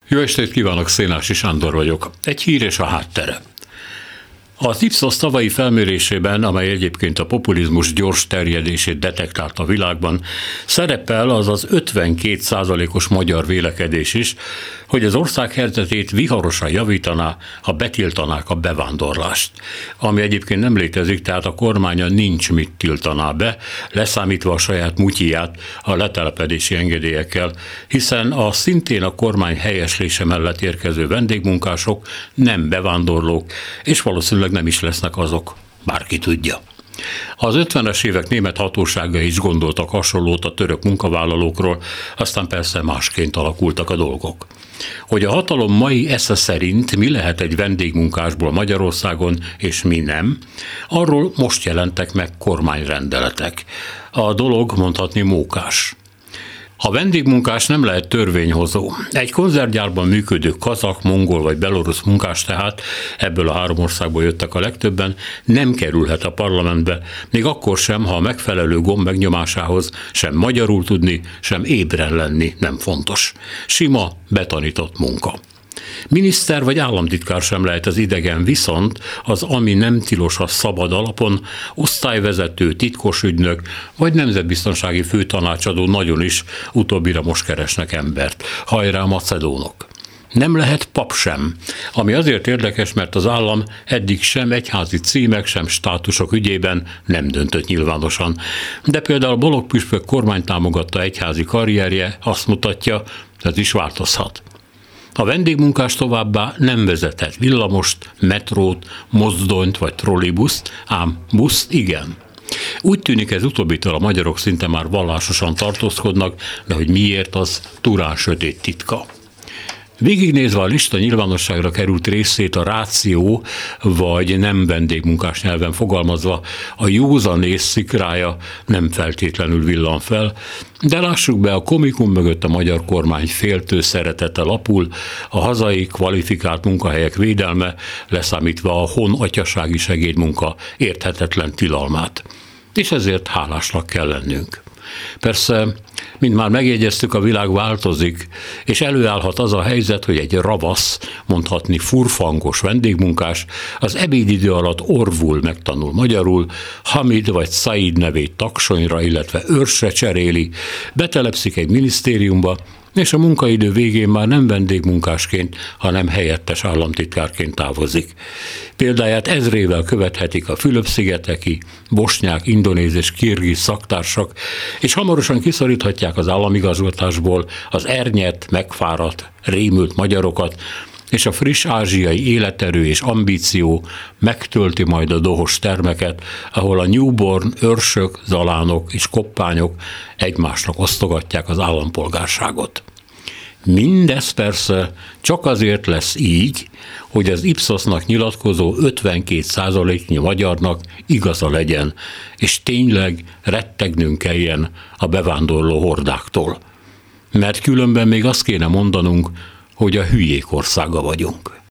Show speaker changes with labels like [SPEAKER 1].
[SPEAKER 1] Jó estét kívánok, Szénási Sándor vagyok. Egy hír és a háttere. Az Ipsos tavalyi felmérésében, amely egyébként a populizmus gyors terjedését detektált a világban, szerepel az 52%-os magyar vélekedés is, hogy az ország helyzetét viharosan javítaná, ha betiltanák a bevándorlást. Ami egyébként nem létezik, tehát a kormánya nincs mit tiltaná be, leszámítva a saját mutyiját a letelepedési engedélyekkel, hiszen szintén a kormány helyeslése mellett érkező vendégmunkások nem bevándorlók, és valószínűleg nem is lesznek azok, bárki tudja. Az 50-es évek német hatóságai is gondoltak hasonlót a török munkavállalókról, aztán persze másként alakultak a dolgok. Hogy a hatalom mai esze szerint mi lehet egy vendégmunkásból Magyarországon, és mi nem, arról most jelentek meg kormányrendeletek. A dolog mondhatni mókás. A vendégmunkás nem lehet törvényhozó. Egy konzervgyárban működő kazak, mongol vagy belorusz munkás tehát, ebből a három országból jöttek a legtöbben, nem kerülhet a parlamentbe, még akkor sem, ha a megfelelő gomb megnyomásához sem magyarul tudni, sem ébren lenni nem fontos. Sima, betanított munka. Miniszter vagy államtitkár sem lehet az idegen, viszont az, ami nem tilos a szabad alapon, osztályvezető, titkosügynök vagy nemzetbiztonsági főtanácsadó nagyon is, utóbbira most keresnek embert. Hajrá, macedónok! Nem lehet pap sem, ami azért érdekes, mert az állam eddig sem egyházi címek, sem státusok ügyében nem döntött nyilvánosan. De például Balogh püspök kormánytámogatta egyházi karrierje azt mutatja, ez is változhat. A vendégmunkás továbbá nem vezethet villamost, metrót, mozdonyt vagy trollibuszt, ám buszt igen. Úgy tűnik, ez utóbbitől a magyarok szinte már vallásosan tartózkodnak, de hogy miért, az turán sötét titka. Végignézve a lista nyilvánosságra került részét, a ráció, vagy nem vendégmunkás nyelven fogalmazva, a józanész szikrája nem feltétlenül villan fel, de lássuk be, a komikum mögött a magyar kormány féltő szeretete lapul, a hazai kvalifikált munkahelyek védelme, leszámítva a honatyasági segédmunka érthetetlen tilalmát. És ezért hálásnak kell lennünk. Persze, mint már megjegyeztük, a világ változik, és előállhat az a helyzet, hogy egy ravasz, mondhatni furfangos vendégmunkás az ebédidő alatt orvul megtanul magyarul, Hamid vagy Said nevét taksonyra, illetve őrsre cseréli, betelepszik egy minisztériumba, és a munkaidő végén már nem vendégmunkásként, hanem helyettes államtitkárként távozik. Példáját ezrével követhetik a Fülöp-szigeteki, bosnyák, indonéz és kirgiz szaktársak, és hamarosan kiszoríthatják az államigazgatásból az ernyet, megfáradt, rémült magyarokat, és a friss ázsiai életerő és ambíció megtölti majd a dohos termeket, ahol a newborn őrsök, zalánok és koppányok egymásnak osztogatják az állampolgárságot. Mindez persze csak azért lesz így, hogy az Ipsosnak nyilatkozó 52%-nyi magyarnak igaza legyen, és tényleg rettegnünk kelljen a bevándorló hordáktól. Mert különben még azt kéne mondanunk, hogy a hülyék országa vagyunk.